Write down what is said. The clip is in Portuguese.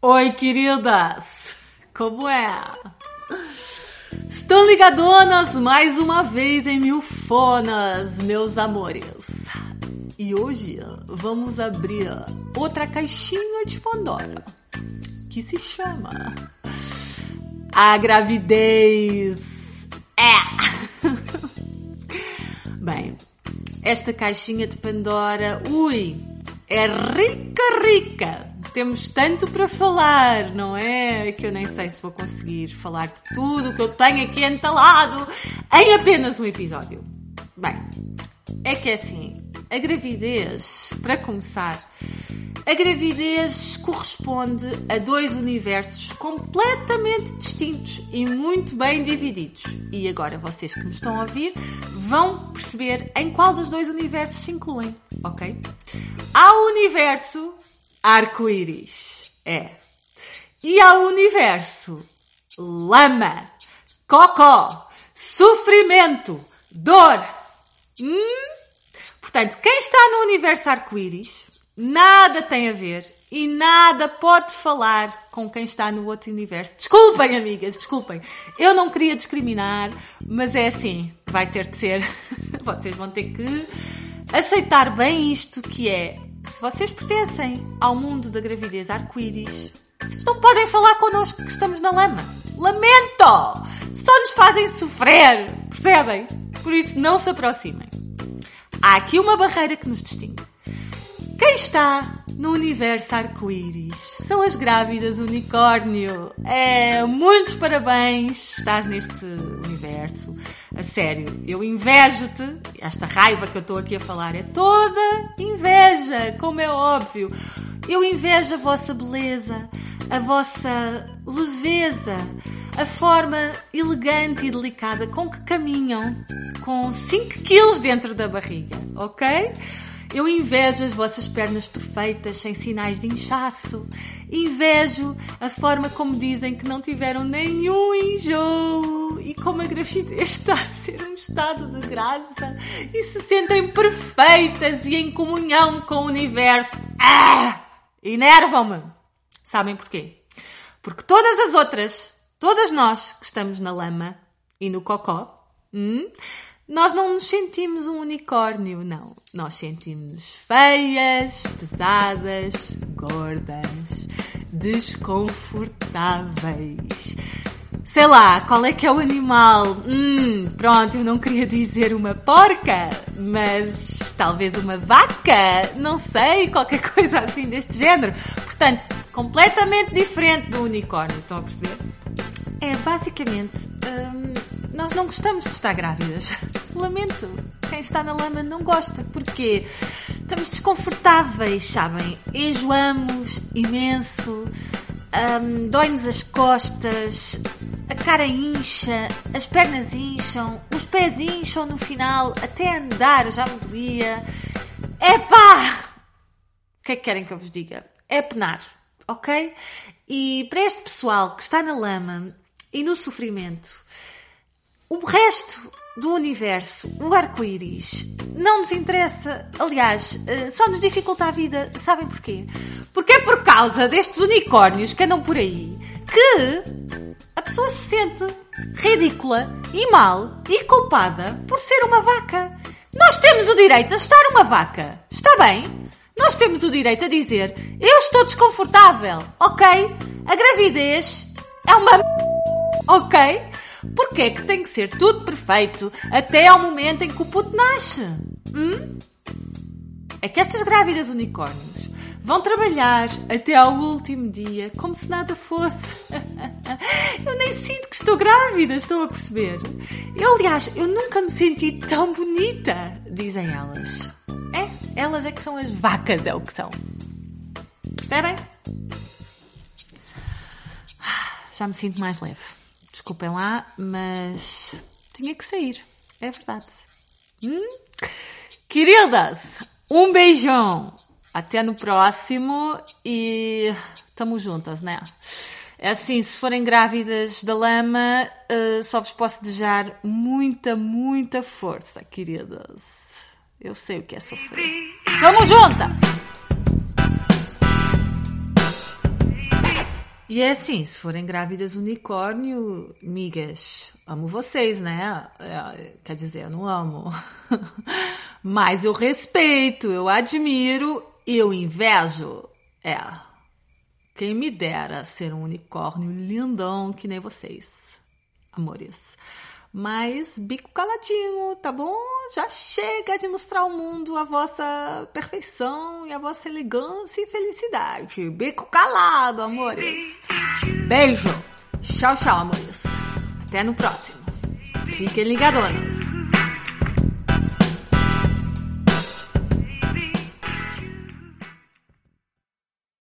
Oi, queridas! Como é? Estão ligadonas mais uma vez em Milfonas, meus amores. E hoje vamos abrir outra caixinha de Pandora, que se chama a gravidez. Bem, esta caixinha de Pandora, é rica. Temos tanto para falar, não é? Que eu nem sei se vou conseguir falar de tudo o que eu tenho aqui entalado em apenas um episódio. Bem, é que é assim, a gravidez, para começar, a gravidez corresponde a dois universos completamente distintos e muito bem divididos. E agora vocês que me estão a ouvir vão perceber em qual dos dois universos se incluem, ok? Há o universo arco-íris, e há o universo lama, cocó, sofrimento, dor. Portanto, quem está no universo arco-íris nada tem a ver e nada pode falar com quem está no outro universo. Desculpem, amigas, desculpem. Eu não queria discriminar, mas é assim, vai ter de ser. Vocês vão ter que aceitar bem isto que é, se vocês pertencem ao mundo da gravidez arco-íris, vocês não podem falar connosco que estamos na lama. Lamento! Só nos fazem sofrer, percebem? Por isso, não se aproximem. Há aqui uma barreira que nos distingue. Quem está no universo arco-íris são as grávidas unicórnio. Muitos parabéns, estás neste universo. A sério, eu invejo-te. Esta raiva que eu estou aqui a falar é toda inveja, como é óbvio. Eu invejo a vossa beleza, a vossa leveza, a forma elegante e delicada com que caminham com 5 quilos dentro da barriga, ok? Eu invejo as vossas pernas perfeitas, sem sinais de inchaço. Invejo a forma como dizem que não tiveram nenhum enjoo e como a gravidez está a ser um estado de graça e se sentem perfeitas e em comunhão com o universo. Enervam-me. Sabem porquê? Porque todas as outras, todas nós que estamos na lama e no cocó, nós não nos sentimos um unicórnio, não. Nós sentimos-nos feias, pesadas, gordas, desconfortáveis. Sei lá, qual é que é o animal? Pronto, eu não queria dizer uma porca, mas talvez uma vaca, não sei, qualquer coisa assim deste género. Portanto, completamente diferente do unicórnio, estão a perceber? Basicamente, nós não gostamos de estar grávidas. Lamento. Quem está na lama não gosta. Porquê? Estamos desconfortáveis, sabem? Enjoamos imenso. Dói-nos as costas. A cara incha. As pernas incham. Os pés incham no final. Até andar já me doía. Epá! O que é que querem que eu vos diga? É penar. Ok? E para este pessoal que está na lama e no sofrimento, o resto do universo, o arco-íris, não nos interessa. Aliás, só nos dificulta a vida. Sabem porquê? Porque é por causa destes unicórnios que andam por aí que a pessoa se sente ridícula e mal e culpada por ser uma vaca. Nós temos o direito a estar uma vaca. Está bem? Nós temos o direito a dizer, eu estou desconfortável, ok? A gravidez é uma ok? Porque é que tem que ser tudo perfeito até ao momento em que o puto nasce? É que estas grávidas unicórnios vão trabalhar até ao último dia como se nada fosse. Eu nem sinto que estou grávida, estão a perceber? Aliás, eu nunca me senti tão bonita, dizem elas. Elas é que são as vacas, é o que são. Percebem? Já me sinto mais leve. Desculpem lá, mas tinha que sair. É verdade. Queridas, um beijão. Até no próximo e estamos juntas, né? É assim, se forem grávidas da lama, só vos posso desejar muita, muita força, queridas. Eu sei o que é sofrer. Tamo juntas! E é assim, se forem grávidas unicórnio, migas, amo vocês, né? Quer dizer, eu não amo. Mas eu respeito, eu admiro e eu invejo. Quem me dera ser um unicórnio lindão que nem vocês, amores. Mas bico caladinho, tá bom? Já chega de mostrar ao mundo a vossa perfeição e a vossa elegância e felicidade. Bico calado, amores. Beijo. Tchau, tchau, amores. Até no próximo. Fiquem ligadonas.